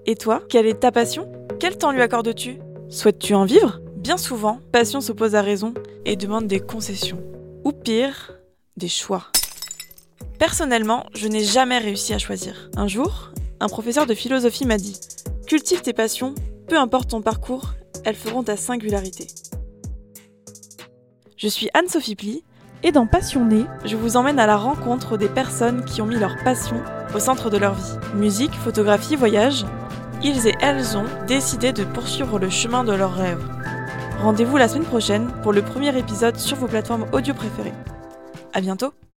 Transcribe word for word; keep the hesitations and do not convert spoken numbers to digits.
Et toi, quelle est ta passion ? Quel temps lui accordes-tu ? Souhaites-tu en vivre ? Bien souvent, passion s'oppose à raison et demande des concessions. Ou pire, des choix. Personnellement, je n'ai jamais réussi à choisir. Un jour, un professeur de philosophie m'a dit « Cultive tes passions, peu importe ton parcours, elles feront ta singularité. » Je suis Anne-Sophie Pli, et dans Passionnée, je vous emmène à la rencontre des personnes qui ont mis leur passion au centre de leur vie. Musique, photographie, voyage, ils et elles ont décidé de poursuivre le chemin de leurs rêves. Rendez-vous la semaine prochaine pour le premier épisode sur vos plateformes audio préférées. À bientôt!